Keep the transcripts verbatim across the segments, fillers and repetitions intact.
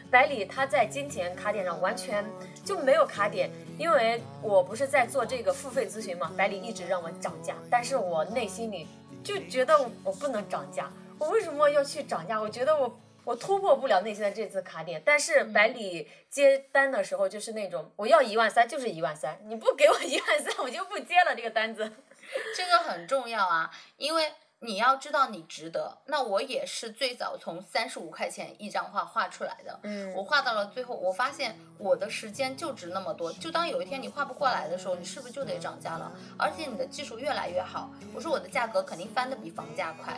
百里他在金钱卡点上完全就没有卡点，因为我不是在做这个付费咨询嘛，百里一直让我涨价，但是我内心里就觉得我不能涨价，我为什么要去涨价？我觉得我我突破不了内心的这次卡点。但是百里接单的时候就是那种我要一万三就是一万三，你不给我一万三我就不接了这个单子。 这个很重要啊，因为你要知道你值得。那我也是最早从三十五块钱一张画画出来的， 嗯， 我画到了最后，我发现我的时间就值那么多。就当有一天你画不过来的时候，你是不是就得涨价了？而且你的技术越来越好，我说我的价格肯定翻得比房价快。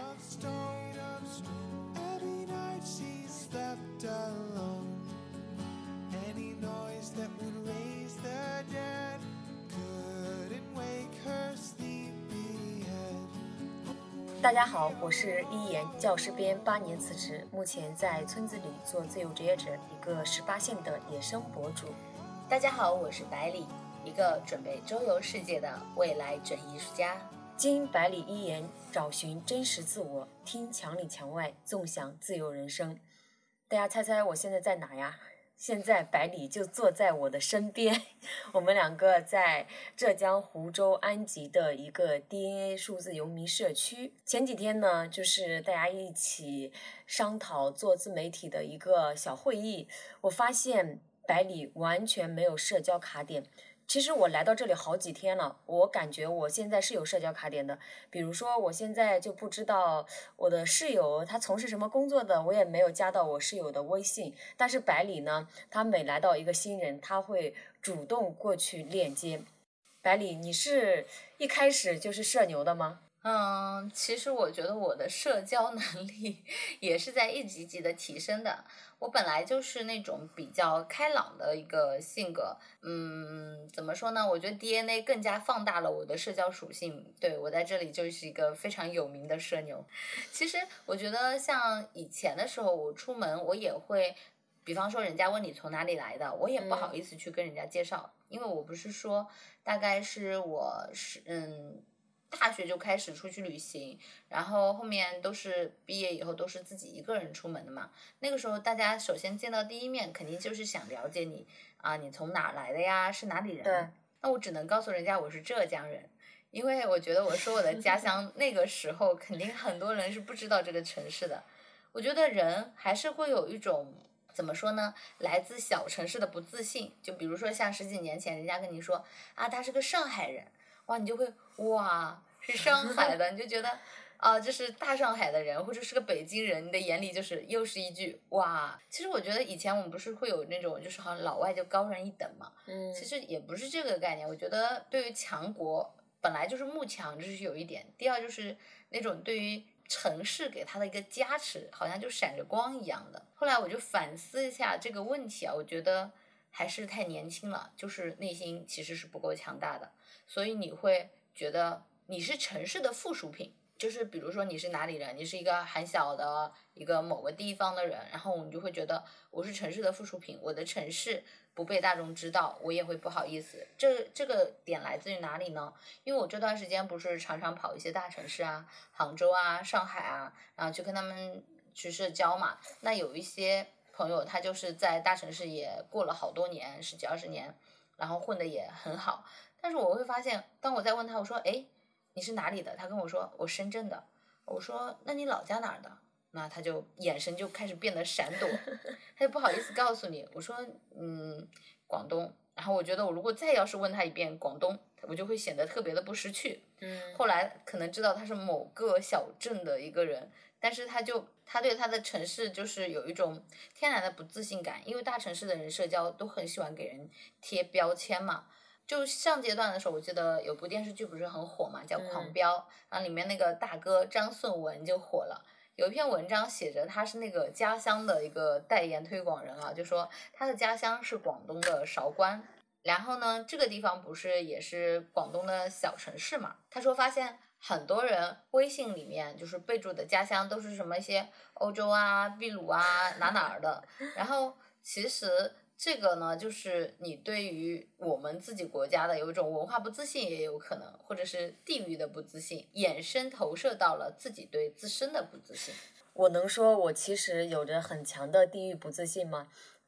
大家好，我是一言，教师编八年辞职，目前在村子里做自由职业者，一个十八线的野生博主。 大家好，我是百里，一个准备周游世界的未来准艺术家。 经百里一言，找寻真实自我，听墙里墙外，纵享自由人生。大家猜猜我现在在哪呀？现在百里就坐在我的身边，我们两个在浙江湖州安吉的一个 D N A 数字游民社区。前几天呢，就是大家一起商讨做自媒体的一个小会议，我发现百里完全没有社交卡点。其实我来到这里好几天了，我感觉我现在是有社交卡点的。比如说我现在就不知道我的室友他从事什么工作的，我也没有加到我室友的微信。但是百里呢，他每来到一个新人，他会主动过去链接。百里，你是一开始就是社牛的吗？ 嗯，其实我觉得我的社交能力也是在一级级的提升的。我本来就是那种比较开朗的一个性格，嗯，怎么说呢？我觉得 D N A 更加放大了我的社交属性。对，我在这里就是一个非常有名的社牛。其实我觉得像以前的时候，我出门我也会，比方说人家问你从哪里来的，我也不好意思去跟人家介绍，嗯、因为我不是说大概是我是嗯。大学就开始出去旅行，然后后面都是毕业以后都是自己一个人出门的嘛。那个时候大家首先见到第一面，肯定就是想了解你啊，你从哪来的呀，是哪里人？ 对。 那我只能告诉人家我是浙江人，因为我觉得我说我的家乡那个时候肯定很多人是不知道这个城市的。我觉得人还是会有一种怎么说呢，来自小城市的不自信。就比如说像十几年前人家跟你说啊，他是个上海人，哇，你就会哇是上海的，你就觉得啊、呃、这是大上海的人，或者是个北京人，你的眼里就是又是一句哇。其实我觉得以前我们不是会有那种就是好像老外就高人一等嘛， 嗯， 其实也不是这个概念。我觉得对于强国本来就是慕强，这是有一点。第二就是那种对于城市给他的一个加持，好像就闪着光一样的。后来我就反思一下这个问题啊，我觉得还是太年轻了，就是内心其实是不够强大的，所以你会觉得你是城市的附属品。就是比如说你是哪里人，你是一个很小的一个某个地方的人，然后你就会觉得我是城市的附属品，我的城市不被大众知道，我也会不好意思。这这个点来自于哪里呢？因为我这段时间不是常常跑一些大城市啊，杭州啊、上海啊，然后去跟他们去社交嘛。那有一些朋友他就是在大城市也过了好多年，十几二十年，然后混得也很好。但是我会发现，当我在问他，我说，哎，你是哪里的？他跟我说我深圳的。我说那你老家哪儿的？那他就眼神就开始变得闪躲，他就不好意思告诉你。我说嗯，广东。然后我觉得我如果再要是问他一遍广东，我就会显得特别的不识趣。 嗯， 后来可能知道他是某个小镇的一个人，但是他就他对他的城市就是有一种天然的不自信感，因为大城市的人社交都很喜欢给人贴标签嘛。就上阶段的时候，我记得有部电视剧不是很火嘛，叫《狂飙》，然后里面那个大哥张颂文就火了。有一篇文章写着他是那个家乡的一个代言推广人啊，就说他的家乡是广东的韶关，然后呢这个地方不是也是广东的小城市嘛，他说发现很多人微信里面就是备注的家乡都是什么一些欧洲啊、秘鲁啊哪哪儿的，然后其实这个呢就是你对于我们自己国家的有一种文化不自信也有可能，或者是地域的不自信衍生投射到了自己对自身的不自信。 我能说我其实有着很强的地域不自信吗？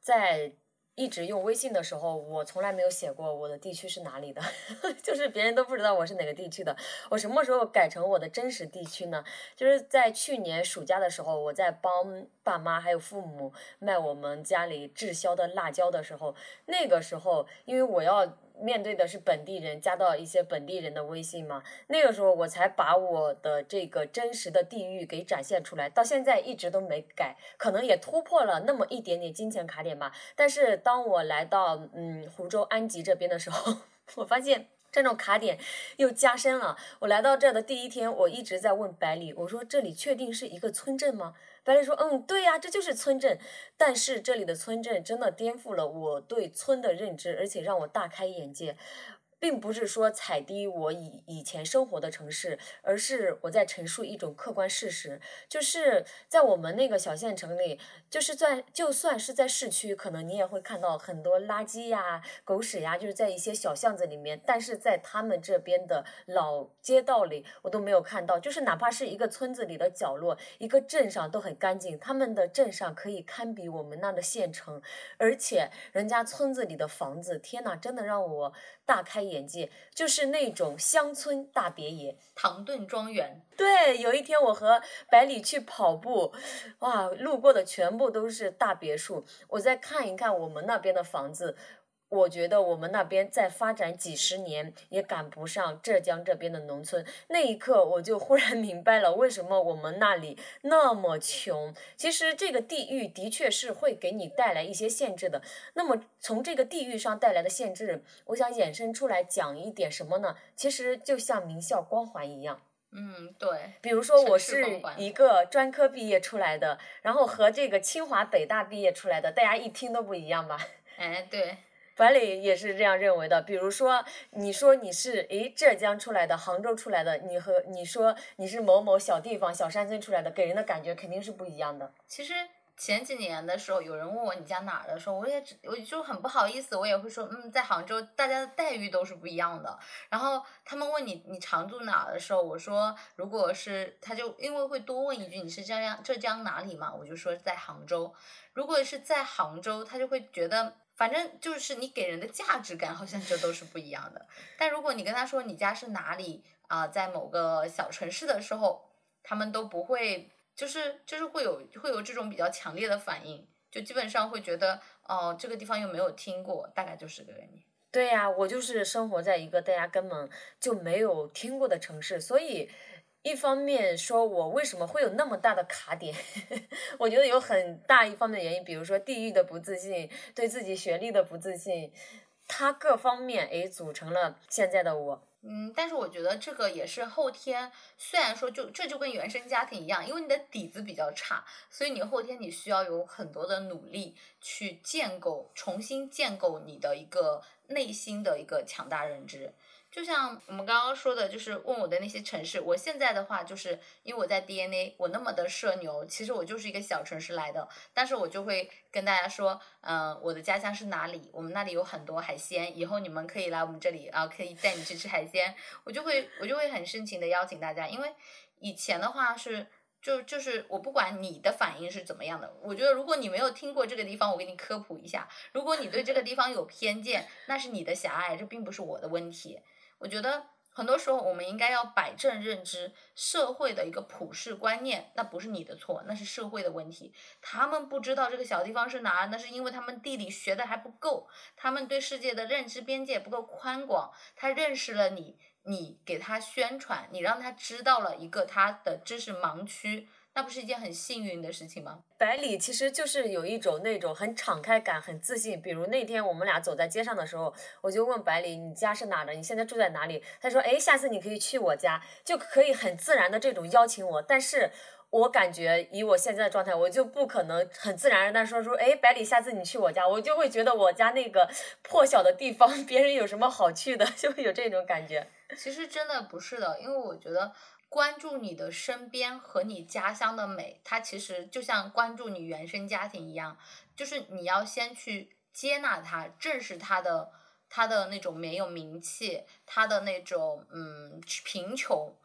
在一直用微信的时候，我从来没有写过我的地区是哪里的，就是别人都不知道我是哪个地区的。我什么时候改成我的真实地区呢？就是在去年暑假的时候，我在帮爸妈还有父母卖我们家里滞销的辣椒的时候，那个时候因为我要面对的是本地人，加到一些本地人的微信嘛，那个时候我才把我的这个真实的地域给展现出来，到现在一直都没改，可能也突破了那么一点点金钱卡点吧。但是当我来到嗯湖州安吉这边的时候，我发现这种卡点又加深了。我来到这的第一天，我一直在问百里，我说这里确定是一个村镇吗？百里说，嗯，对呀，这就是村镇。但是这里的村镇真的颠覆了我对村的认知，而且让我大开眼界。并不是说踩低我以以前生活的城市，而是我在陈述一种客观事实，就是在我们那个小县城里，就是在就算是在市区，可能你也会看到很多垃圾呀、狗屎呀，就是在一些小巷子里面，但是在他们这边的老街道里，我都没有看到，就是哪怕是一个村子里的角落，一个镇上都很干净，他们的镇上可以堪比我们那的县城，而且人家村子里的房子，天哪，真的让我大开眼界，就是那种乡村大别野， 唐顿庄园。 对，有一天我和百里去跑步，哇，路过的全部都是大别墅。我再看一看我们那边的房子，我觉得我们那边再发展几十年也赶不上浙江这边的农村。那一刻我就忽然明白了，为什么我们那里那么穷。其实这个地域的确是会给你带来一些限制的。那么从这个地域上带来的限制，我想衍生出来讲一点什么呢？其实就像名校光环一样。 嗯，对。 比如说我是城市光环一个专科毕业出来的，然后和这个清华北大毕业出来的，大家一听都不一样吧？ 哎，对。 百里也是这样认为的。比如说，你说你是诶浙江出来的，杭州出来的，你和你说你是某某小地方小山村出来的，给人的感觉肯定是不一样的。 其实前几年的时候，有人问我你家哪儿的时候，我也只我就很不好意思，我也会说嗯，在杭州，大家的待遇都是不一样的。然后他们问你你常住哪儿的时候，我说如果是他就因为会多问一句你是浙江浙江哪里嘛，我就说在杭州。如果是在杭州，他就会觉得。反正就是你给人的价值感好像就都是不一样的。但如果你跟他说你家是哪里啊、呃，在某个小城市的时候，他们都不会，就是就是会有会有这种比较强烈的反应，就基本上会觉得哦、呃、这个地方又没有听过，大概就是这个原因。 对呀，我就是生活在一个大家根本就没有听过的城市，所以一方面说我为什么会有那么大的卡点，我觉得有很大一方面的原因，比如说地域的不自信，对自己学历的不自信，它各方面诶组成了现在的我。 嗯，但是我觉得这个也是后天，虽然说就这就跟原生家庭一样，因为你的底子比较差，所以你后天你需要有很多的努力去建构，重新建构你的一个内心的一个强大认知。就像我们刚刚说的，就是问我的那些城市，我现在的话就是因为我在 D N A，我那么的社牛，其实我就是一个小城市来的，但是我就会跟大家说，嗯、呃，我的家乡是哪里，我们那里有很多海鲜，以后你们可以来我们这里啊，可以带你去吃海鲜，我就会我就会很深情的邀请大家，因为以前的话是。就就是我不管你的反应是怎么样的，我觉得如果你没有听过这个地方，我给你科普一下。如果你对这个地方有偏见，那是你的狭隘，这并不是我的问题。我觉得很多时候我们应该要摆正认知，社会的一个普世观念，那不是你的错，那是社会的问题。他们不知道这个小地方是哪儿，那是因为他们地理学的还不够，他们对世界的认知边界不够宽广。他认识了你，你给他宣传，你让他知道了一个他的知识盲区，那不是一件很幸运的事情吗？ 百里其实就是有一种那种很敞开感，很自信。比如那天我们俩走在街上的时候，我就问百里：“你家是哪的？你现在住在哪里？”他说：“哎，下次你可以去我家。”就可以很自然的这种邀请我。但是我感觉以我现在的状态，我就不可能很自然的说出：“哎，百里，下次你去我家。”我就会觉得我家那个破小的地方，别人有什么好去的，就会有这种感觉。 其实真的不是的，因为我觉得。关注你的身边和你家乡的美，它其实就像关注你原生家庭一样，就是你要先去接纳它，正视它的它的那种没有名气，它的那种嗯贫穷，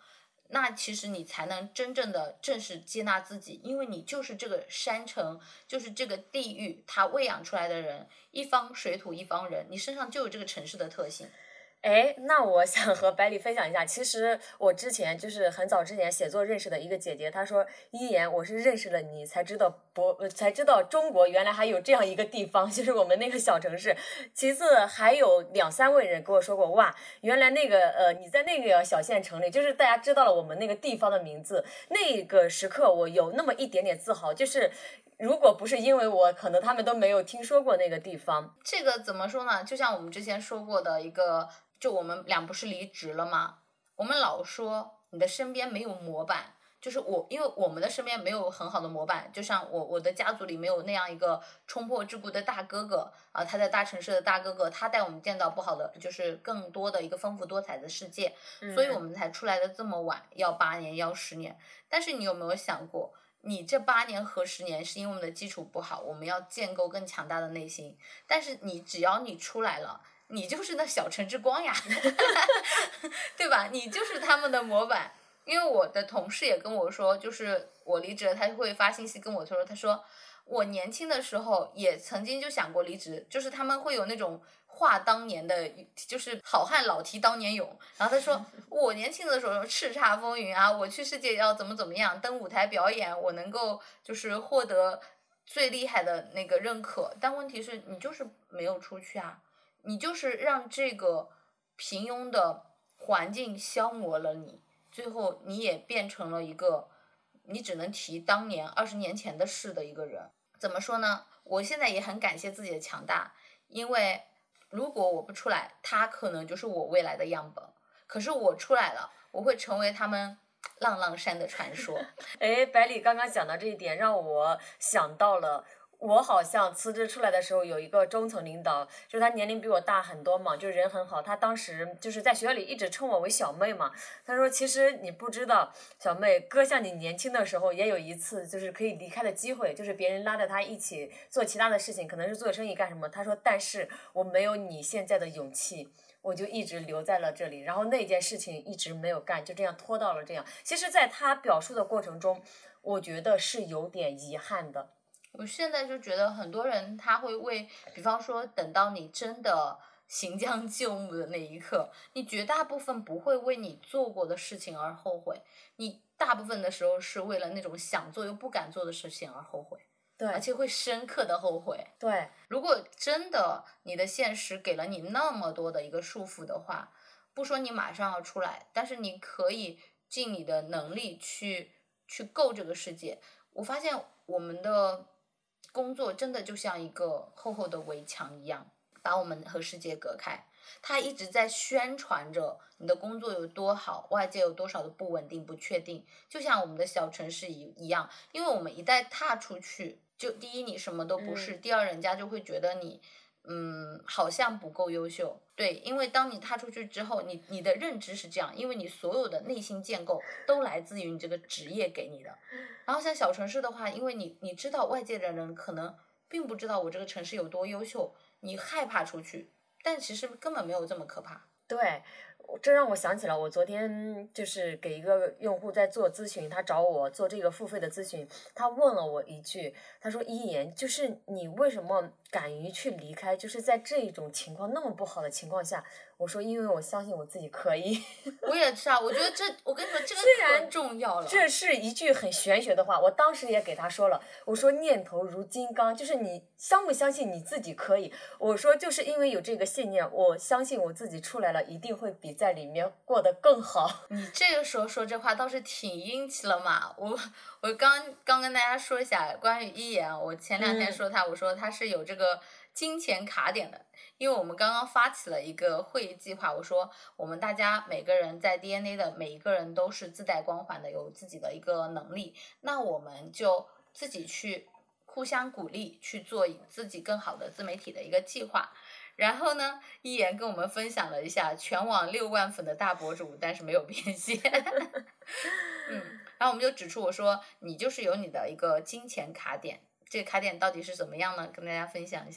那其实你才能真正的正式接纳自己，因为你就是这个山城，就是这个地域它喂养出来的人，一方水土一方人，你身上就有这个城市的特性。 哎，那我想和百里分享一下，其实我之前就是很早之前写作认识的一个姐姐，她说一言，我是认识了你才知道博，呃才知道中国原来还有这样一个地方，就是我们那个小城市。其次还有两三位人跟我说过，哇，原来那个呃你在那个小县城里，就是大家知道了我们那个地方的名字，那个时刻我有那么一点点自豪，就是如果不是因为我，可能他们都没有听说过那个地方。 这个怎么说呢？就像我们之前说过的一个，就我们俩不是离职了吗？我们老说你的身边没有模板，就是我，因为我们的身边没有很好的模板，就像我我的家族里没有那样一个冲破桎梏的大哥哥啊，他在大城市的大哥哥，他带我们见到不好的，就是更多的一个丰富多彩的世界， 嗯、 所以我们才出来的这么晚，要八年，要十年。但是你有没有想过？你这八年和十年是因为我们的基础不好，我们要建构更强大的内心。但是你只要你出来了，你就是那小城之光呀，对吧？你就是他们的模板。因为我的同事也跟我说，就是我离职了，他会发信息跟我说，他说我年轻的时候也曾经就想过离职，就是他们会有那种话当年的，就是好汉老提当年勇。然后他说我年轻的时候叱咤风云啊，我去世界要怎么怎么样，登舞台表演，我能够就是获得最厉害的那个认可。但问题是你就是没有出去啊，你就是让这个平庸的环境消磨了你，最后你也变成了一个你只能提当年二十年前的事的一个人。怎么说呢？我现在也很感谢自己的强大，因为如果我不出来，他可能就是我未来的样本。可是我出来了，我会成为他们浪浪山的传说。 哎，百里刚刚讲到这一点，让我想到了。我好像辞职出来的时候，有一个中层领导，就是他年龄比我大很多嘛，就人很好。他当时就是在学校里一直称我为小妹嘛。他说：“其实你不知道，小妹，哥像你年轻的时候也有一次就是可以离开的机会，就是别人拉着他一起做其他的事情，可能是做生意干什么。他说，但是我没有你现在的勇气。”我就一直留在了这里，然后那件事情一直没有干，就这样拖到了这样。其实，在他表述的过程中，我觉得是有点遗憾的。 我现在就觉得很多人他会为，比方说等到你真的行将就木的那一刻，你绝大部分不会为你做过的事情而后悔，你大部分的时候是为了那种想做又不敢做的事情而后悔。 对， 而且会深刻的后悔。 对， 如果真的你的现实给了你那么多的一个束缚的话，不说你马上要出来，但是你可以尽你的能力去去够这个世界。我发现我们的工作真的就像一个厚厚的围墙一样，把我们和世界隔开。它一直在宣传着你的工作有多好，外界有多少的不稳定不确定，就像我们的小城市一一样。因为我们一旦踏出去，就第一你什么都不是， 嗯、 第二人家就会觉得你嗯好像不够优秀。对，因为当你踏出去之后，你你的认知是这样，因为你所有的内心建构都来自于你这个职业给你的。然后像小城市的话，因为你你知道外界的人可能并不知道我这个城市有多优秀，你害怕出去，但其实根本没有这么可怕。 对，这让我想起了我昨天就是给一个用户在做咨询，他找我做这个付费的咨询，他问了我一句，他说一言，就是你为什么敢于去离开，就是在这种情况那么不好的情况下。我说，因为我相信我自己可以。 我也是啊，我觉得这，我跟你说，这个可重要了。 这是一句很玄学的话，我当时也给他说了，我说念头如金刚，就是你相不相信你自己可以？我说就是因为有这个信念，我相信我自己出来了，一定会比在里面过得更好。 你这个时候说这话倒是挺英气了嘛。我我刚刚跟大家说一下关于一言，我前两天说他，嗯、我说他是有这个金钱卡点的。因为我们刚刚发起了一个会议计划，我说我们大家每个人在 D N A 的每一个人都是自带光环的，有自己的一个能力，那我们就自己去互相鼓励，去做自己更好的自媒体的一个计划。然后呢，一言跟我们分享了一下全网六万粉的大博主，但是没有变现。嗯，然后我们就指出，我说你就是有你的一个金钱卡点，这个卡点到底是怎么样呢？跟大家分享一下。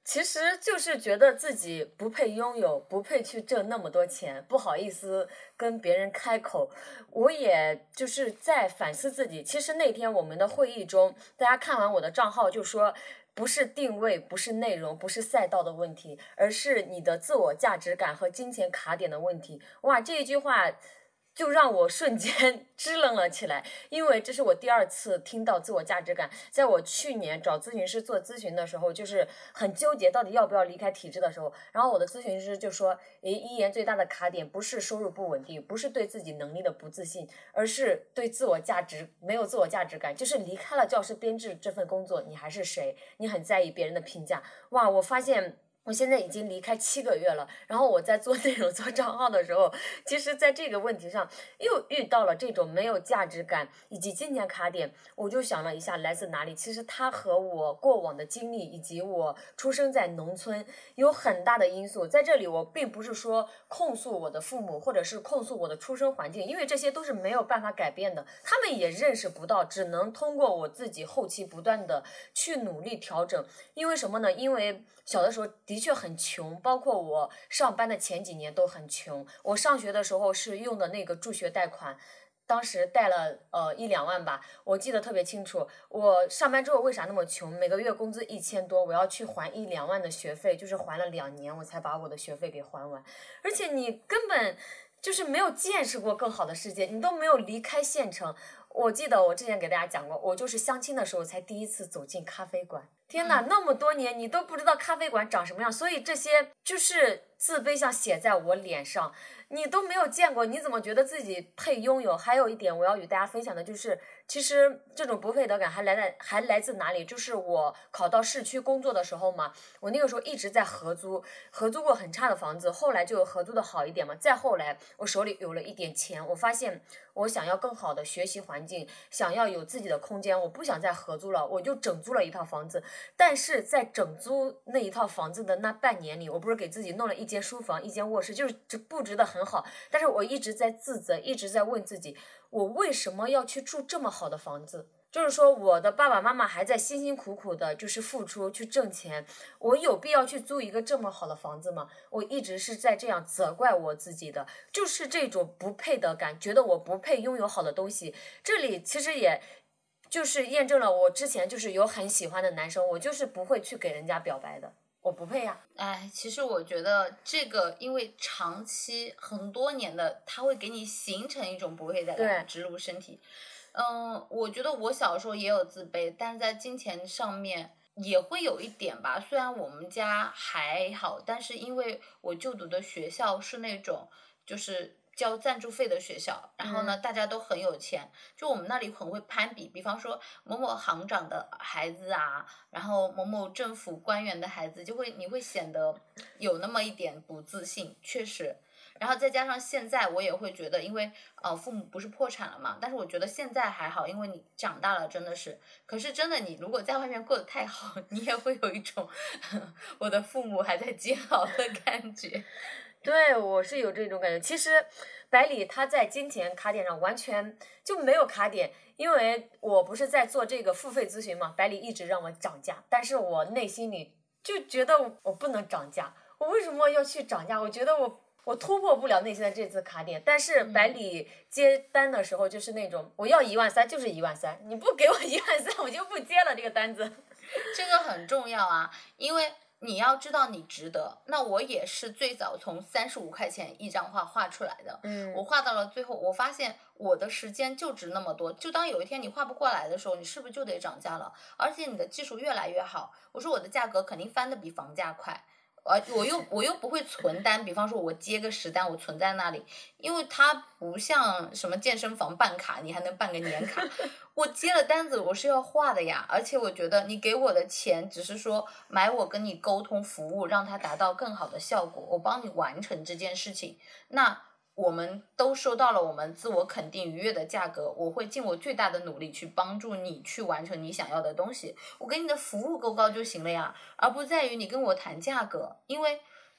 其实就是觉得自己不配拥有，不配去挣那么多钱，不好意思跟别人开口。我也就是在反思自己。其实那天我们的会议中，大家看完我的账号就说，不是定位，不是内容，不是赛道的问题，而是你的自我价值感和金钱卡点的问题。哇，这一句话就让我瞬间支棱了起来，因为这是我第二次听到自我价值感。在我去年找咨询师做咨询的时候，就是很纠结到底要不要离开体制的时候，然后我的咨询师就说，诶，一言最大的卡点不是收入不稳定，不是对自己能力的不自信，而是对自我价值没有自我价值感，就是离开了教师编制这份工作，你还是谁？你很在意别人的评价。哇，我发现我现在已经离开七个月了，然后我在做内容做账号的时候，其实在这个问题上又遇到了这种没有价值感以及金钱卡点，我就想了一下来自哪里。其实它和我过往的经历以及我出生在农村有很大的因素。在这里我并不是说控诉我的父母或者是控诉我的出生环境，因为这些都是没有办法改变的，他们也认识不到，只能通过我自己后期不断的去努力调整。因为什么呢？因为小的时候的确很穷，包括我上班的前几年都很穷。我上学的时候是用的那个助学贷款，当时贷了呃一两万吧，我记得特别清楚。我上班之后为啥那么穷？每个月工资一千多，我要去还一两万的学费，就是还了两年我才把我的学费给还完。而且你根本就是没有见识过更好的世界，你都没有离开县城。我记得我之前给大家讲过，我就是相亲的时候才第一次走进咖啡馆。天哪，那么多年你都不知道咖啡馆长什么样，所以这些就是自卑像写在我脸上，你都没有见过，你怎么觉得自己配拥有？还有一点我要与大家分享的就是，其实这种不配得感还来在还来自哪里？就是我考到市区工作的时候嘛，我那个时候一直在合租，合租过很差的房子，后来就合租的好一点嘛。再后来我手里有了一点钱，我发现我想要更好的学习环境，想要有自己的空间，我不想再合租了，我就整租了一套房子。但是在整租那一套房子的那半年里，我不是给自己弄了一间书房，一间卧室，就是布置的很好。但是我一直在自责，一直在问自己，我为什么要去住这么好的房子？就是说我的爸爸妈妈还在辛辛苦苦的就是付出去挣钱，我有必要去租一个这么好的房子吗？我一直是在这样责怪我自己的，就是这种不配得感，觉得我不配拥有好的东西。这里其实也就是验证了我之前就是有很喜欢的男生，我就是不会去给人家表白的，我不配呀。 哎，其实我觉得这个，因为长期很多年的，它会给你形成一种不配得感，植入身体。嗯，我觉得我小时候也有自卑，但是在金钱上面也会有一点吧。虽然我们家还好，但是因为我就读的学校是那种就是交赞助费的学校，然后呢， 嗯大家都很有钱，就我们那里很会攀比，比方说某某行长的孩子啊，然后某某政府官员的孩子，就会你会显得有那么一点不自信，确实。然后再加上现在我也会觉得，因为呃父母不是破产了嘛，但是我觉得现在还好，因为你长大了真的是，可是真的你如果在外面过得太好，你也会有一种我的父母还在煎熬的感觉。 对，我是有这种感觉。其实，百里他在金钱卡点上完全就没有卡点，因为我不是在做这个付费咨询嘛，百里一直让我涨价，但是我内心里就觉得我我不能涨价，我为什么要去涨价？我觉得我我突破不了内心的这次卡点。但是百里接单的时候就是那种，我要一万三就是一万三，你不给我一万三，我就不接了这个单子。 这个很重要啊，因为你要知道你值得。那我也是最早从三十五块钱一张画画出来的， 嗯， 我画到了最后，我发现我的时间就值那么多。就当有一天你画不过来的时候，你是不是就得涨价了？而且你的技术越来越好，我说我的价格肯定翻得比房价快。而我又我又不会存单，比方说我接个十单，我存在那里，因为它不像什么健身房办卡，你还能办个年卡。我接了单子，我是要画的呀，而且我觉得你给我的钱只是说买我跟你沟通服务，让它达到更好的效果，我帮你完成这件事情。那我们都收到了我们自我肯定愉悦的价格，我会尽我最大的努力去帮助你去完成你想要的东西，我给你的服务够高就行了呀，而不在于你跟我谈价格。因为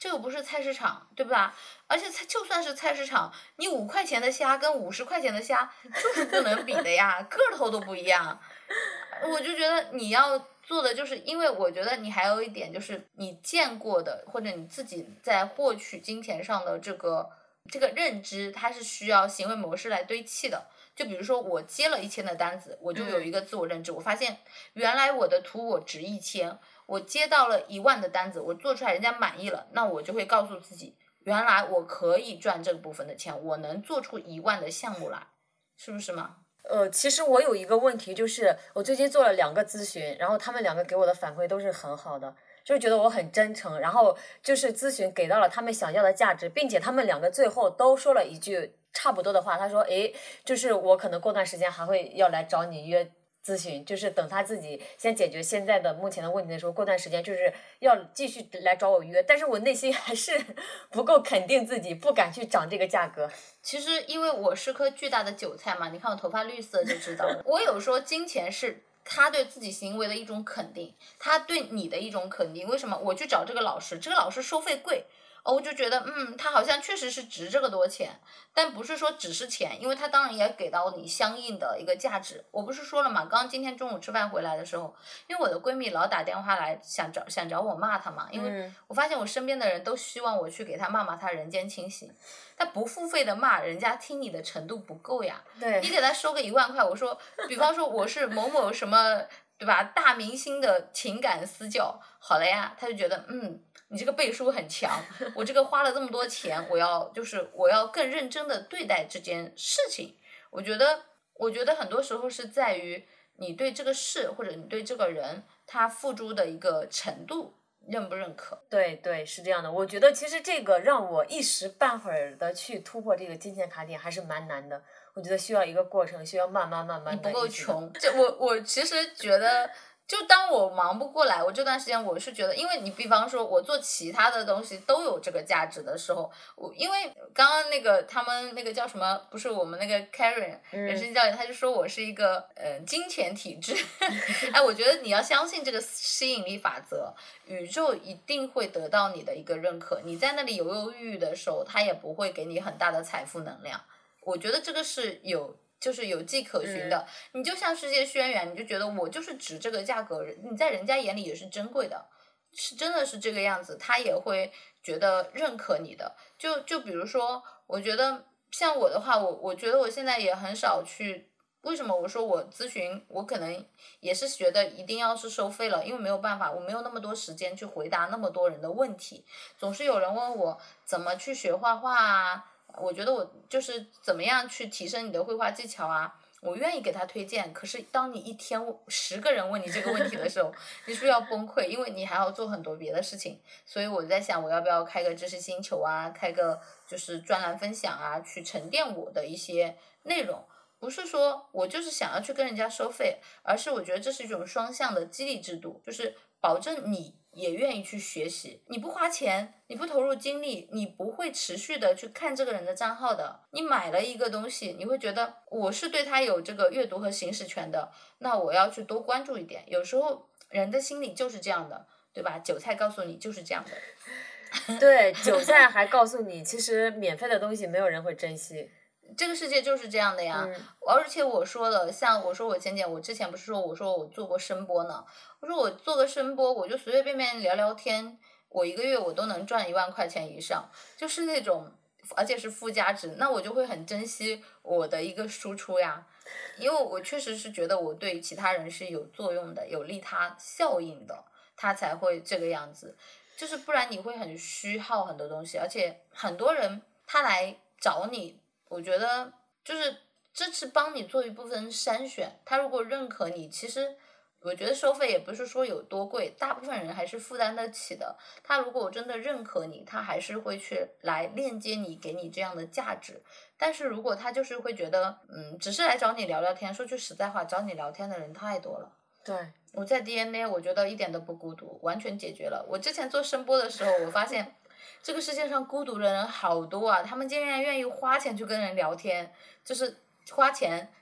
这又不是菜市场，对吧？而且就算是菜市场，你五块钱的虾跟五十块钱的虾就是不能比的呀，个头都不一样。我就觉得你要做的就是，因为我觉得你还有一点就是你见过的，或者你自己在获取金钱上的这个这个认知，它是需要行为模式来堆砌的。就比如说我接了一千的单子，我就有一个自我认知，嗯、我发现原来我的图我值一千，我接到了一万的单子，我做出来人家满意了，那我就会告诉自己，原来我可以赚这个部分的钱，我能做出一万的项目来，是不是吗？ 呃，其实我有一个问题，就是我最近做了两个咨询，然后他们两个给我的反馈都是很好的，就是觉得我很真诚，然后就是咨询给到了他们想要的价值，并且他们两个最后都说了一句差不多的话，他说，诶，就是我可能过段时间还会要来找你约咨询，就是等他自己先解决现在的目前的问题的时候，过段时间就是要继续来找我约，但是我内心还是不够肯定自己，不敢去涨这个价格。 其实因为我是颗巨大的韭菜嘛，你看我头发绿色就知道了。我有说金钱是他对自己行为的一种肯定，他对你的一种肯定。为什么我去找这个老师，这个老师收费贵，哦，我就觉得嗯，他好像确实是值这个多钱，但不是说只是钱，因为他当然也给到你相应的一个价值。我不是说了嘛，刚今天中午吃饭回来的时候，因为我的闺蜜老打电话来想找想找我骂她嘛，因为我发现我身边的人都希望我去给她骂骂她人间清醒，他不付费的骂人家听你的程度不够呀， 对， 你给他收个一万块，我说，比方说我是某某什么。对吧？大明星的情感私教，好了呀，他就觉得嗯，你这个背书很强，我这个花了这么多钱，我要就是我要更认真的对待这件事情。我觉得，我觉得很多时候是在于你对这个事或者你对这个人他付出的一个程度认不认可。 对对，是这样的。我觉得其实这个让我一时半会儿的去突破这个金钱卡点还是蛮难的。我觉得需要一个过程，需要慢慢慢慢。 你不够穷，这我我其实觉得，就当我忙不过来，我这段时间我是觉得，因为你比方说我做其他的东西都有这个价值的时候，我因为刚刚那个他们那个叫什么，不是我们那个 Karen 人生教练，他就说我是一个呃金钱体质，哎，我觉得你要相信这个吸引力法则，宇宙一定会得到你的一个认可，你在那里犹犹豫豫的时候，他也不会给你很大的财富能量。我觉得这个是有，就是有迹可循的。嗯、你就像世界轩辕，你就觉得我就是值这个价格，你在人家眼里也是珍贵的，是真的是这个样子，他也会觉得认可你的。就就比如说，我觉得像我的话，我我觉得我现在也很少去。为什么我说我咨询，我可能也是觉得一定要是收费了，因为没有办法，我没有那么多时间去回答那么多人的问题。总是有人问我怎么去学画画啊。我觉得我就是怎么样去提升你的绘画技巧啊，我愿意给他推荐。可是当你一天十个人问你这个问题的时候，你是不是要崩溃？因为你还要做很多别的事情。所以我在想，我要不要开个知识星球啊，开个就是专栏分享啊，去沉淀我的一些内容。不是说我就是想要去跟人家收费，而是我觉得这是一种双向的激励制度，就是保证你也愿意去学习，你不花钱，你不投入精力，你不会持续的去看这个人的账号的。你买了一个东西，你会觉得我是对他有这个阅读和行使权的，那我要去多关注一点。有时候人的心理就是这样的，对吧？韭菜告诉你就是这样的。 对，韭菜还告诉你，其实免费的东西没有人会珍惜。 这个世界就是这样的呀，嗯、而且我说了，像我说我简简，我之前不是说我说我做过声波呢，我说我做个声波，我就随随便便聊聊天，我一个月我都能赚一万块钱以上，就是那种，而且是附加值，那我就会很珍惜我的一个输出呀，因为我确实是觉得我对其他人是有作用的，有利他效应的，他才会这个样子，就是不然你会很虚耗很多东西，而且很多人他来找你。我觉得就是这是帮你做一部分筛选，他如果认可你，其实我觉得收费也不是说有多贵，大部分人还是负担得起的。他如果真的认可你，他还是会去来链接你，给你这样的价值。但是如果他就是会觉得，嗯，只是来找你聊聊天，说句实在话，找你聊天的人太多了。 对， 我在 D N A 我觉得一点都不孤独，完全解决了。我之前做声波的时候，我发现这个世界上孤独的人好多啊，他们竟然愿意花钱去跟人聊天，就是花钱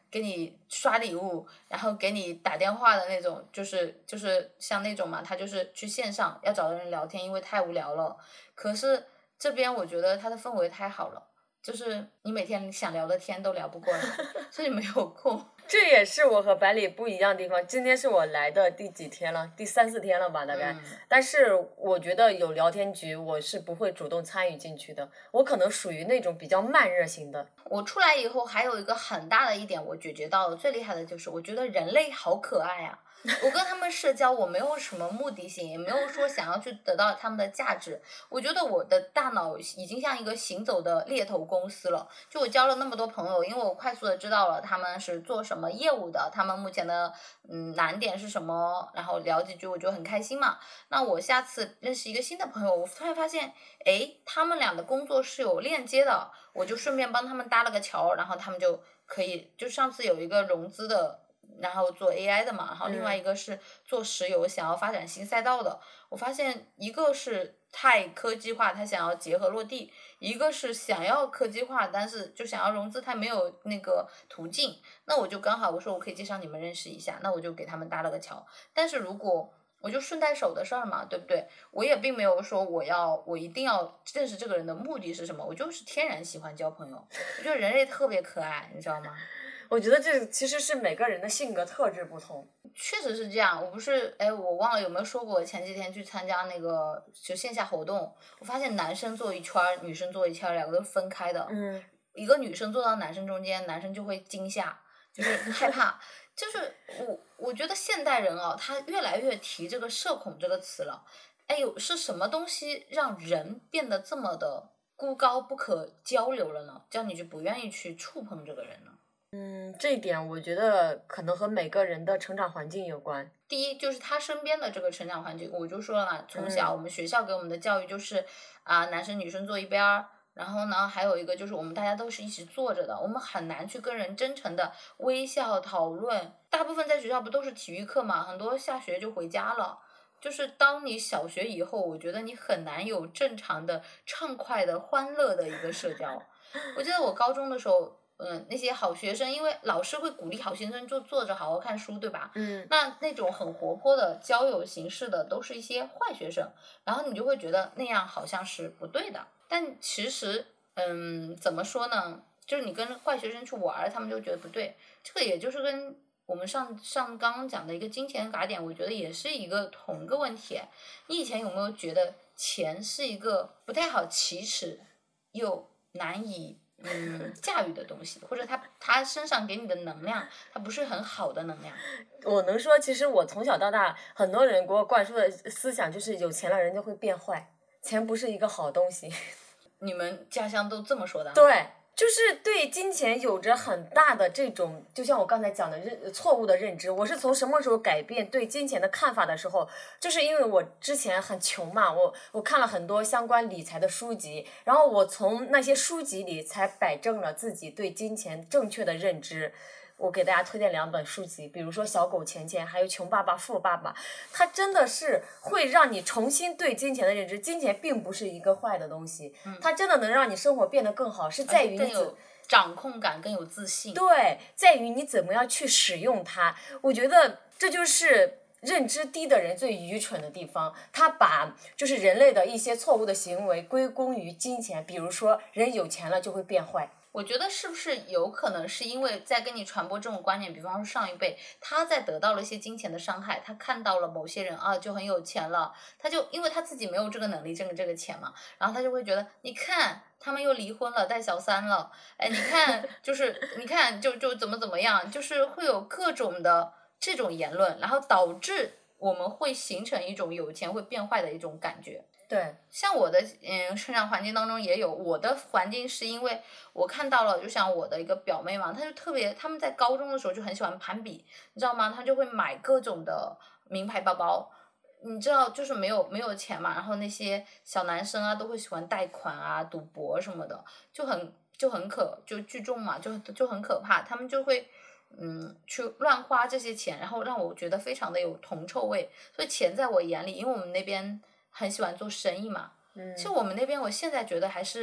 给你刷礼物，然后给你打电话的那种，就是就是像那种嘛，他就是去线上要找人聊天，因为太无聊了。可是这边我觉得它的氛围太好了，就是你每天想聊的天都聊不过来，所以没有空。 这也是我和百里不一样的地方。今天是我来的第几天了？第三四天了吧，大概。 嗯、 但是我觉得有聊天局，我是不会主动参与进去的。我可能属于那种比较慢热型的。 我出来以后还有一个很大的一点，我咀嚼到的最厉害的就是，我觉得人类好可爱啊。我跟他们社交，我没有什么目的性，也没有说想要去得到他们的价值。我觉得我的大脑已经像一个行走的猎头公司了。就我交了那么多朋友，因为我快速的知道了他们是做什么业务的，他们目前的嗯难点是什么，然后聊几句我就很开心嘛。那我下次认识一个新的朋友，我突然发现，哎，他们俩的工作是有链接的，我就顺便帮他们搭了个桥，然后他们就可以，就上次有一个融资的。然后做 A I 的嘛，然后另外一个是做石油，想要发展新赛道的。我发现一个是太科技化，他想要结合落地；一个是想要科技化，但是就想要融资，他没有那个途径。那我就刚好我说我可以介绍你们认识一下，那我就给他们搭了个桥。但是如果我就顺带手的事儿嘛，对不对？我也并没有说我要我一定要认识这个人的目的是什么，我就是天然喜欢交朋友。我觉得人类特别可爱，你知道吗？ 我觉得这其实是每个人的性格特质不同。 确实是这样。我不是哎，我忘了有没有说过，前几天去参加那个就线下活动，我发现男生坐一圈，女生坐一圈，两个都分开的。 嗯。 一个女生坐到男生中间，男生就会惊吓，就是害怕。就是我我觉得现代人啊，他越来越提这个社恐这个词了。哎呦，是什么东西让人变得这么的孤高不可交流了呢？这样你就不愿意去触碰这个人呢？ 嗯，这一点我觉得可能和每个人的成长环境有关。 第一就是他身边的这个成长环境，我就说了嘛，从小我们学校给我们的教育就是啊、呃，男生女生坐一边儿，然后呢还有一个就是我们大家都是一起坐着的，我们很难去跟人真诚的微笑讨论。大部分在学校不都是体育课嘛，很多下学就回家了。就是当你小学以后，我觉得你很难有正常的畅快的欢乐的一个社交。我记得我高中的时候。嗯，那些好学生，因为老师会鼓励好学生就坐着好好看书，对吧？ 嗯。 那那种很活泼的交友形式的，都是一些坏学生，然后你就会觉得那样好像是不对的。但其实，嗯，怎么说呢？就是你跟坏学生去玩，他们就觉得不对。这个也就是跟我们上上刚刚讲的一个金钱嘎点，我觉得也是一个同一个问题。你以前有没有觉得钱是一个不太好启齿又难以？嗯，驾驭的东西，或者他他身上给你的能量，它不是很好的能量。 我能说，其实我从小到大，很多人给我灌输的思想就是有钱了人就会变坏，钱不是一个好东西。 你们家乡都这么说的？ 对。就是对金钱有着很大的这种，就像我刚才讲的认错误的认知。我是从什么时候改变对金钱的看法的时候，就是因为我之前很穷嘛，我我看了很多相关理财的书籍，然后我从那些书籍里才摆正了自己对金钱正确的认知。我给大家推荐两本书籍，比如说《小狗钱钱》还有《穷爸爸富爸爸》，它真的是会让你重新对金钱的认知。金钱并不是一个坏的东西， 嗯、 它真的能让你生活变得更好，是在于你更有掌控感，更有自信。 对，在于你怎么样去使用它。我觉得这就是认知低的人最愚蠢的地方，他把就是人类的一些错误的行为归功于金钱，比如说人有钱了就会变坏。 我觉得是不是有可能是因为在跟你传播这种观念，比方说上一辈他在得到了一些金钱的伤害，他看到了某些人啊就很有钱了，他就因为他自己没有这个能力挣这个钱嘛，然后他就会觉得你看他们又离婚了带小三了，哎你看就是你看就就怎么怎么样，就是会有各种的这种言论，然后导致我们会形成一种有钱会变坏的一种感觉。 对， 像我的嗯成长环境当中也有，我的环境是因为我看到了，就像我的一个表妹嘛，她就特别，他们在高中的时候就很喜欢攀比，你知道吗？她就会买各种的名牌包包，你知道就是没有没有钱嘛，然后那些小男生啊都会喜欢贷款啊、赌博什么的，就很就很可就聚众嘛，就就很可怕，他们就会。嗯，去乱花这些钱，然后让我觉得非常的有铜臭味。所以钱在我眼里，因为我们那边很喜欢做生意嘛， 嗯， 其实我们那边我现在觉得还是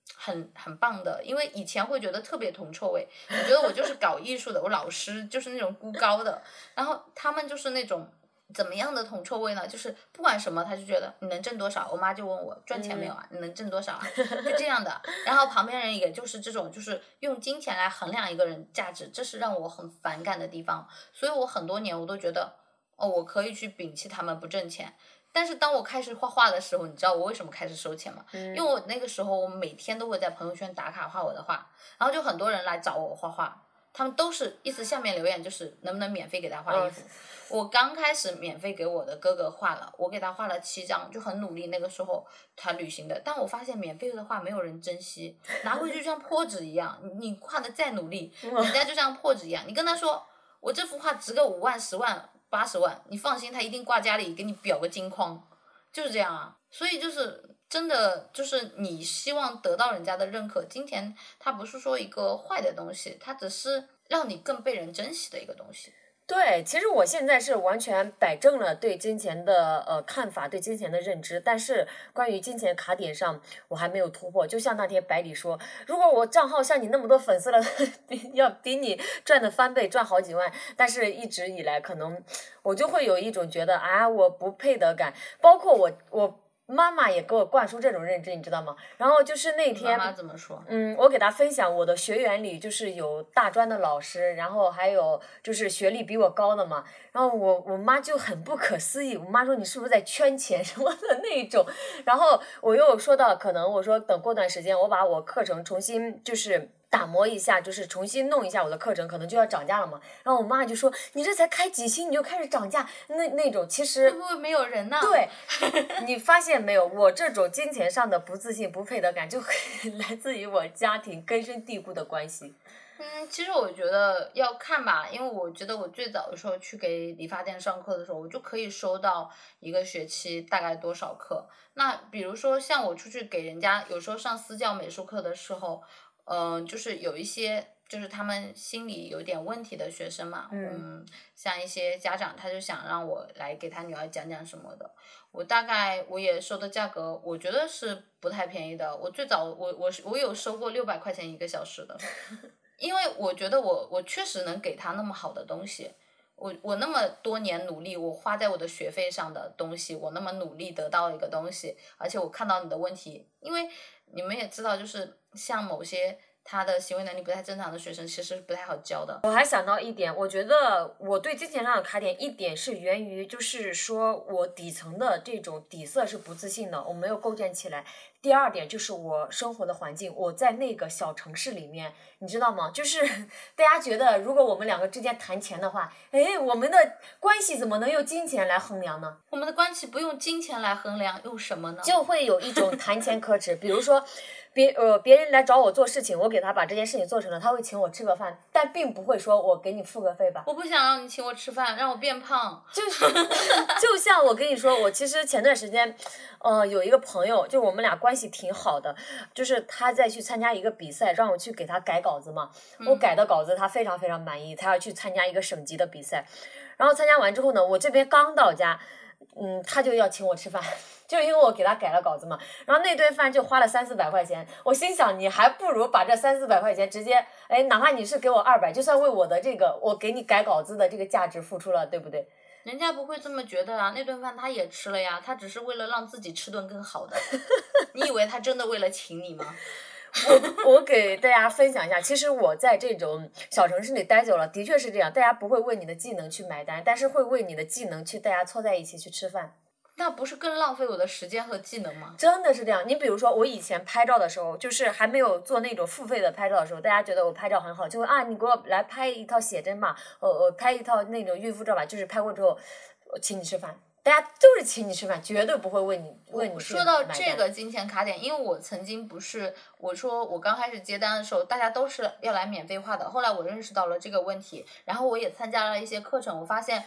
很很棒的，因为以前会觉得特别铜臭味，我觉得我就是搞艺术的，我老师就是那种孤高的，然后他们就是那种怎么样的铜臭味呢？就是不管什么，他就觉得你能挣多少，我妈就问我赚钱没有啊，你能挣多少啊，就这样的。然后旁边人也就是这种，就是用金钱来衡量一个人价值，这是让我很反感的地方。所以我很多年我都觉得，哦，我可以去摒弃他们不挣钱。但是当我开始画画的时候，你知道我为什么开始收钱吗？ 嗯、 因为我那个时候我每天都会在朋友圈打卡画我的画，然后就很多人来找我画画，他们都是意思下面留言就是能不能免费给他画衣服。嗯、我刚开始免费给我的哥哥画了，我给他画了七张，就很努力。那个时候他旅行的，但我发现免费的画没有人珍惜，拿回去就像破纸一样，你画的再努力，人家就像破纸一样。你跟他说我这幅画值个五万、十万。八十万，你放心，他一定挂家里给你裱个金框，就是这样啊。所以就是真的，就是你希望得到人家的认可，金钱它不是说一个坏的东西，它只是让你更被人珍惜的一个东西。 对，其实我现在是完全摆正了对金钱的呃看法，对金钱的认知，但是关于金钱卡点上我还没有突破。就像那天百里说，如果我账号像你那么多粉丝了，比要比你赚的翻倍，赚好几万，但是一直以来可能我就会有一种觉得啊我不配得感，包括我我。妈妈也给我灌输这种认知，你知道吗？然后就是那天， 妈妈怎么说？ 嗯，我给她分享我的学员里就是有大专的老师，然后还有就是学历比我高的嘛。然后我我妈就很不可思议，我妈说你是不是在圈钱什么的那种。然后我又说到可能我说等过段时间我把我课程重新就是打磨一下，就是重新弄一下我的课程，可能就要涨价了嘛。然后我妈就说你这才开几期你就开始涨价，那那种其实会不会没有人呢？ 对，你发现没有，我这种金钱上的不自信、不配得感，就来自于我家庭根深蒂固的关系。 嗯，其实我觉得要看吧，因为我觉得我最早的时候去给理发店上课的时候，我就可以收到一个学期大概多少课。那比如说像我出去给人家有时候上私教美术课的时候，嗯、呃，就是有一些就是他们心理有点问题的学生嘛， 嗯, 嗯，像一些家长他就想让我来给他女儿讲讲什么的，我大概我也收的价格，我觉得是不太便宜的。我最早我我我有收过六百块钱一个小时的。因为我觉得我我确实能给他那么好的东西，我我那么多年努力，我花在我的学费上的东西，我那么努力得到一个东西，而且我看到你的问题，因为你们也知道，就是像某些他的行为能力不太正常的学生，其实不太好教的。 我还想到一点，我觉得我对金钱上的卡点，一点是源于就是说我底层的这种底色是不自信的，我没有构建起来。第二点就是我生活的环境，我在那个小城市里面，你知道吗？就是大家觉得如果我们两个之间谈钱的话，哎，我们的关系怎么能用金钱来衡量呢？ 我们的关系不用金钱来衡量，用什么呢？ 就会有一种谈钱可耻，比如说别呃别人来找我做事情，我给他把这件事情做成了，他会请我吃个饭，但并不会说我给你付个费吧。 我不想让你请我吃饭，让我变胖。 就是就像我跟你说，我其实前段时间，呃，有一个朋友，就我们俩关系挺好的，就是他在去参加一个比赛，让我去给他改稿子嘛。我改的稿子他非常非常满意，他要去参加一个省级的比赛，然后参加完之后呢，我这边刚到家，嗯，他就要请我吃饭。就因为我给他改了稿子嘛，然后那顿饭就花了三四百块钱，我心想你还不如把这三四百块钱直接，哎，哪怕你是给我二百，就算为我的这个我给你改稿子的这个价值付出了，对不对？ 人家不会这么觉得啊，那顿饭他也吃了呀，他只是为了让自己吃顿更好的。你以为他真的为了请你吗？ 我我给大家分享一下，其实我在这种小城市里待久了，的确是这样，大家不会为你的技能去买单，但是会为你的技能去大家凑在一起去吃饭。 那不是更浪费我的时间和技能吗？ 真的是这样。你比如说我以前拍照的时候，就是还没有做那种付费的拍照的时候，大家觉得我拍照很好，就会啊你给我来拍一套写真吧，呃呃拍一套那种孕妇照吧，就是拍过之后我请你吃饭，大家都是请你吃饭，绝对不会问你问你去说到这个金钱卡点，因为我曾经不是我说我刚开始接单的时候，大家都是要来免费画的，后来我认识到了这个问题，然后我也参加了一些课程，我发现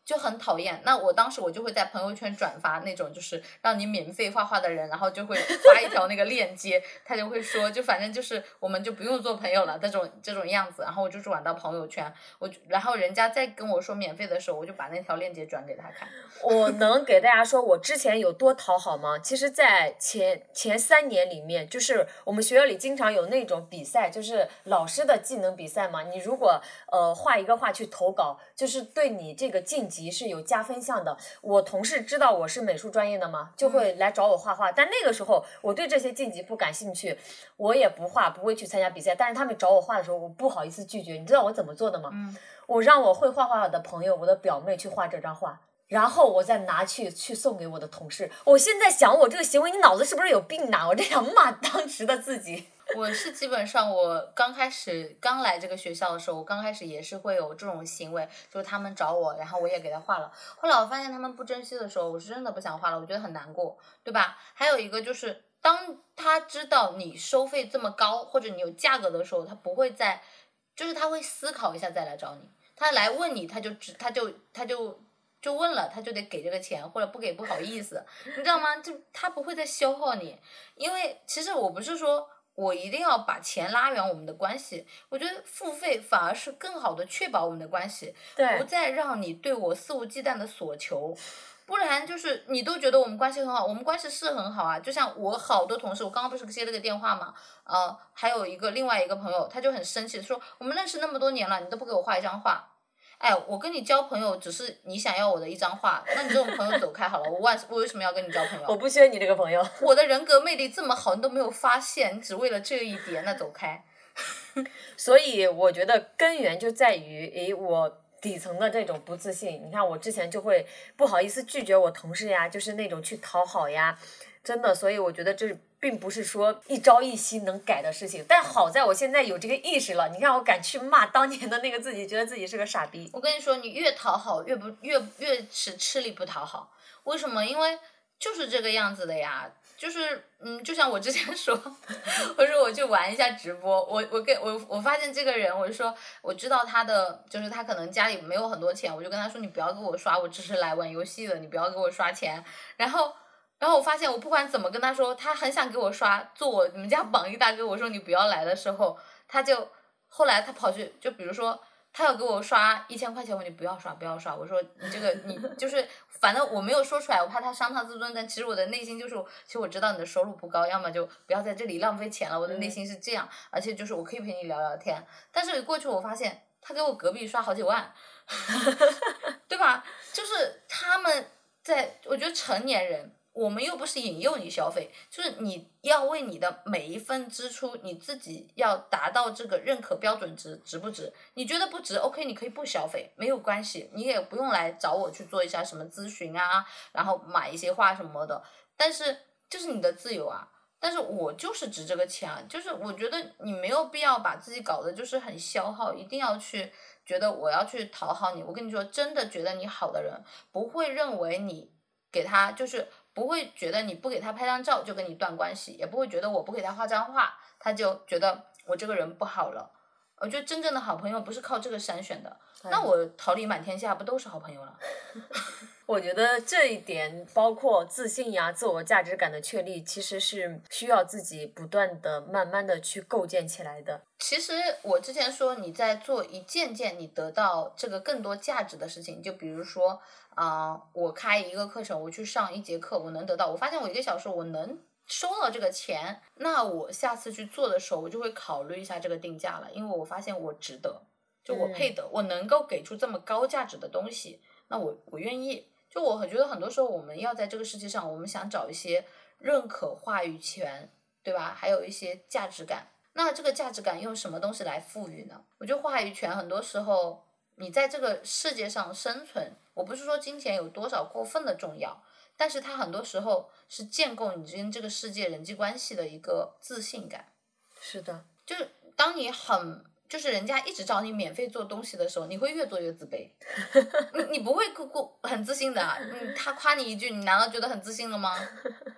就很讨厌。那我当时我就会在朋友圈转发那种就是让你免费画画的人，然后就会发一条那个链接，他就会说就反正就是我们就不用做朋友了这种这种样子，然后我就转到朋友圈，我然后人家再跟我说免费的时候，我就把那条链接转给他看。 我能给大家说我之前有多讨好吗？其实在前前三年里面，就是我们学校里经常有那种比赛，就是老师的技能比赛嘛，你如果呃画一个画去投稿，就是对你这个晋级是有加分项的。我同事知道我是美术专业的嘛，就会来找我画画，但那个时候我对这些晋级不感兴趣，我也不画，不会去参加比赛，但是他们找我画的时候，我不好意思拒绝。你知道我怎么做的吗？ 嗯， 我让我会画画的朋友，我的表妹去画这张画，然后我再拿去去送给我的同事。我现在想，我这个行为，你脑子是不是有病呢？我这想骂当时的自己。 我是基本上我刚开始刚来这个学校的时候，我刚开始也是会有这种行为，就是他们找我，然后我也给他画了。后来我发现他们不珍惜的时候，我是真的不想画了，我觉得很难过，对吧？还有一个就是，当他知道你收费这么高，或者你有价格的时候，他不会再，就是他会思考一下再来找你。他来问你，他就只他就他就。就问了，他就得给这个钱，或者不给不好意思，你知道吗？就他不会再消耗你，因为其实我不是说我一定要把钱拉远我们的关系，我觉得付费反而是更好的确保我们的关系， 对， 不再让你对我肆无忌惮的索求。不然就是你都觉得我们关系很好，我们关系是很好啊。就像我好多同事，我刚刚不是接了个电话嘛，呃，还有一个另外一个朋友，他就很生气说，我们认识那么多年了，你都不给我画一张画。哎，我跟你交朋友只是你想要我的一张画，那你这种朋友走开好了。我为我为什么要跟你交朋友？ 我不缺你这个朋友。 我的人格魅力这么好，你都没有发现，你只为了这一点，那走开。 所以我觉得根源就在于，诶，我底层的这种不自信。你看我之前就会不好意思拒绝我同事呀，就是那种去讨好呀，真的。所以我觉得这并不是说一朝一夕能改的事情。但好在我现在有这个意识了，你看我敢去骂当年的那个自己，觉得自己是个傻逼。 我跟你说，你越讨好越不越越是吃力不讨好。为什么？因为就是这个样子的呀。就是嗯，就像我之前说，我说我去玩一下直播，我我跟我我发现这个人，我就说我知道他的，就是他可能家里没有很多钱，我就跟他说你不要给我刷，我只是来玩游戏的，你不要给我刷钱。然后然后我发现我不管怎么跟他说，他很想给我刷，做我你们家榜一大哥，我说你不要来的时候，他就后来他跑去，就比如说。他要给我刷一千块钱，我就不要刷，不要刷。我说你这个你就是，反正我没有说出来，我怕他伤他自尊。但其实我的内心就是，其实我知道你的收入不高，要么就不要在这里浪费钱了。我的内心是这样，而且就是我可以陪你聊聊天。但是过去我发现他给我隔壁刷好几万，对吧？就是他们在，我觉得成年人。我们又不是引诱你消费，就是你要为你的每一份支出，你自己要达到这个认可标准值，值不值？你觉得不值 ，OK， 你可以不消费，没有关系，你也不用来找我去做一下什么咨询啊，然后买一些画什么的。但是这是你的自由啊，但是我就是值这个钱啊，就是我觉得你没有必要把自己搞得就是很消耗，一定要去觉得我要去讨好你。我跟你说，真的觉得你好的人不会认为你给他就是。不会觉得你不给他拍张照就跟你断关系，也不会觉得我不给他画张画，他就觉得我这个人不好了。我觉得真正的好朋友不是靠这个筛选的，那我桃李满天下不都是好朋友了？ 我觉得这一点包括自信呀、自我价值感的确立，其实是需要自己不断的、慢慢的去构建起来的。 其实我之前说你在做一件件你得到这个更多价值的事情，就比如说。啊、呃，我开一个课程，我去上一节课，我能得到，我发现我一个小时我能收到这个钱，那我下次去做的时候，我就会考虑一下这个定价了，因为我发现我值得，就我配得，嗯、我能够给出这么高价值的东西，那我我愿意。就我觉得很多时候我们要在这个世界上，我们想找一些认可话语权，对吧？还有一些价值感。那这个价值感用什么东西来赋予呢？我觉得话语权很多时候。你在这个世界上生存，我不是说金钱有多少过分的重要，但是它很多时候是建构你跟这个世界人际关系的一个自信感。 是的， 就是当你很就是人家一直找你免费做东西的时候，你会越做越自卑。你你不会过过很自信的、啊，嗯，他夸你一句，你难道觉得很自信了吗？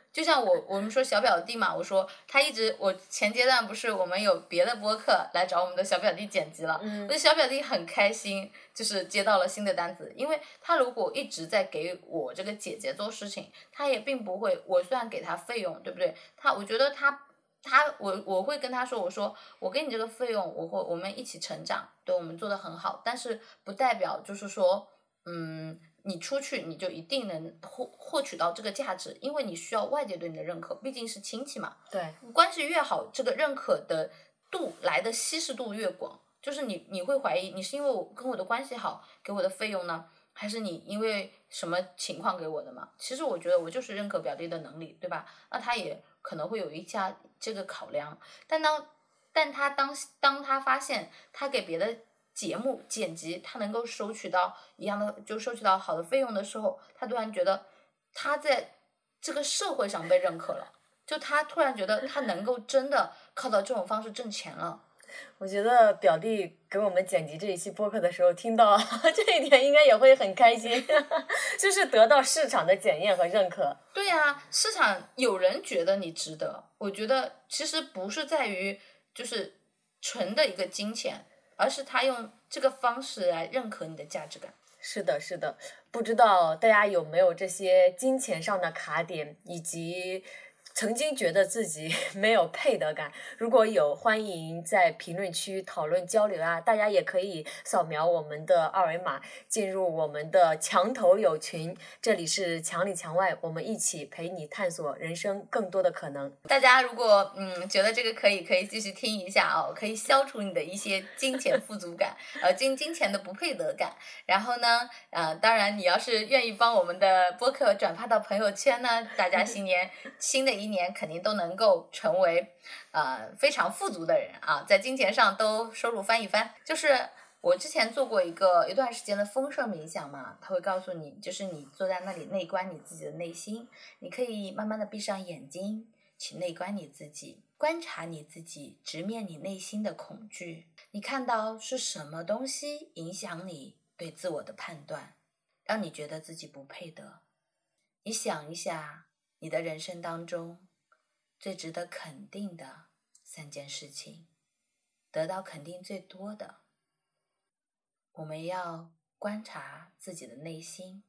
就像我我们说小表弟嘛，我说他一直我前阶段不是我们有别的播客来找我们的小表弟剪辑了， 嗯我的小表弟很开心，就是接到了新的单子，因为他如果一直在给我这个姐姐做事情，他也并不会，我虽然给他费用，对不对？他我觉得他他我我会跟他说，我说我给你这个费用，我会我们一起成长，对我们做的很好，但是不代表就是说，嗯。你出去你就一定能获获取到这个价值，因为你需要外界对你的认可，毕竟是亲戚嘛。 对， 关系越好，这个认可的度来的稀释度越广。就是你你会怀疑，你是因为我跟我的关系好给我的费用呢，还是你因为什么情况给我的嘛？其实我觉得我就是认可表弟的能力，对吧？那他也可能会有一下这个考量，但当但他当当他发现他给别的节目剪辑他能够收取到一样的，就收取到好的费用的时候，他突然觉得他在这个社会上被认可了，就他突然觉得他能够真的靠到这种方式挣钱了。 我觉得表弟给我们剪辑这一期播客的时候，听到这一点应该也会很开心，就是得到市场的检验和认可。 对呀，市场有人觉得你值得，我觉得其实不是在于就是纯的一个金钱，而是他用这个方式来认可你的价值感。 是的，是的，不知道大家有没有这些金钱上的卡点，以及曾经觉得自己没有配得感，如果有，欢迎在评论区讨论交流啊！大家也可以扫描我们的二维码，进入我们的墙头友群，这里是墙里墙外，我们一起陪你探索人生更多的可能。 大家如果嗯觉得这个可以，可以继续听一下哦，可以消除你的一些金钱富足感，呃金金钱的不配得感。然后呢，呃，当然你要是愿意帮我们的播客转发到朋友圈呢，大家新年新的一年肯定都能够成为呃非常富足的人啊，在金钱上都收入翻一番。就是我之前做过一个一段时间的丰盛冥想嘛，它会告诉你，就是你坐在那里内观你自己的内心，你可以慢慢的闭上眼睛，去内观你自己，观察你自己，直面你内心的恐惧。你看到是什么东西影响你对自我的判断，让你觉得自己不配得？你想一下，你的人生当中最值得肯定的三件事情，得到肯定最多的。我们要观察自己的内心。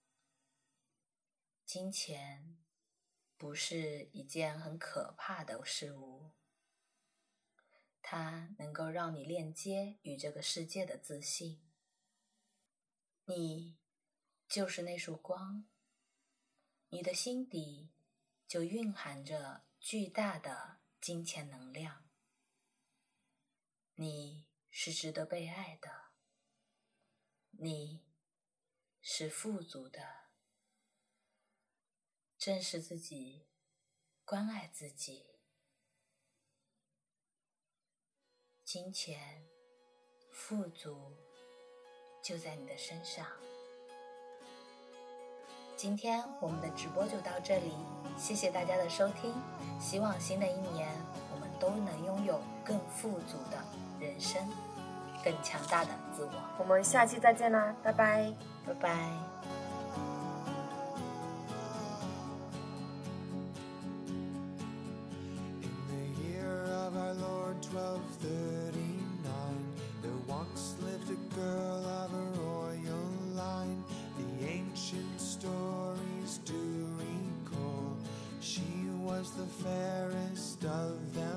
金钱不是一件很可怕的事物，它能够让你链接与这个世界的自信。你就是那束光，你的心底就蕴含着巨大的金钱能量。你是值得被爱的，你是富足的。正视自己，关爱自己。金钱、富足就在你的身上。今天我们的直播就到这里，谢谢大家的收听。希望新的一年我们都能拥有更富足的人生，更强大的自我。 我们下期再见啦，拜拜， 拜拜。 twelve thirty-nine, there once lived a girl of a royal line. The ancient stories do recall she was the fairest of them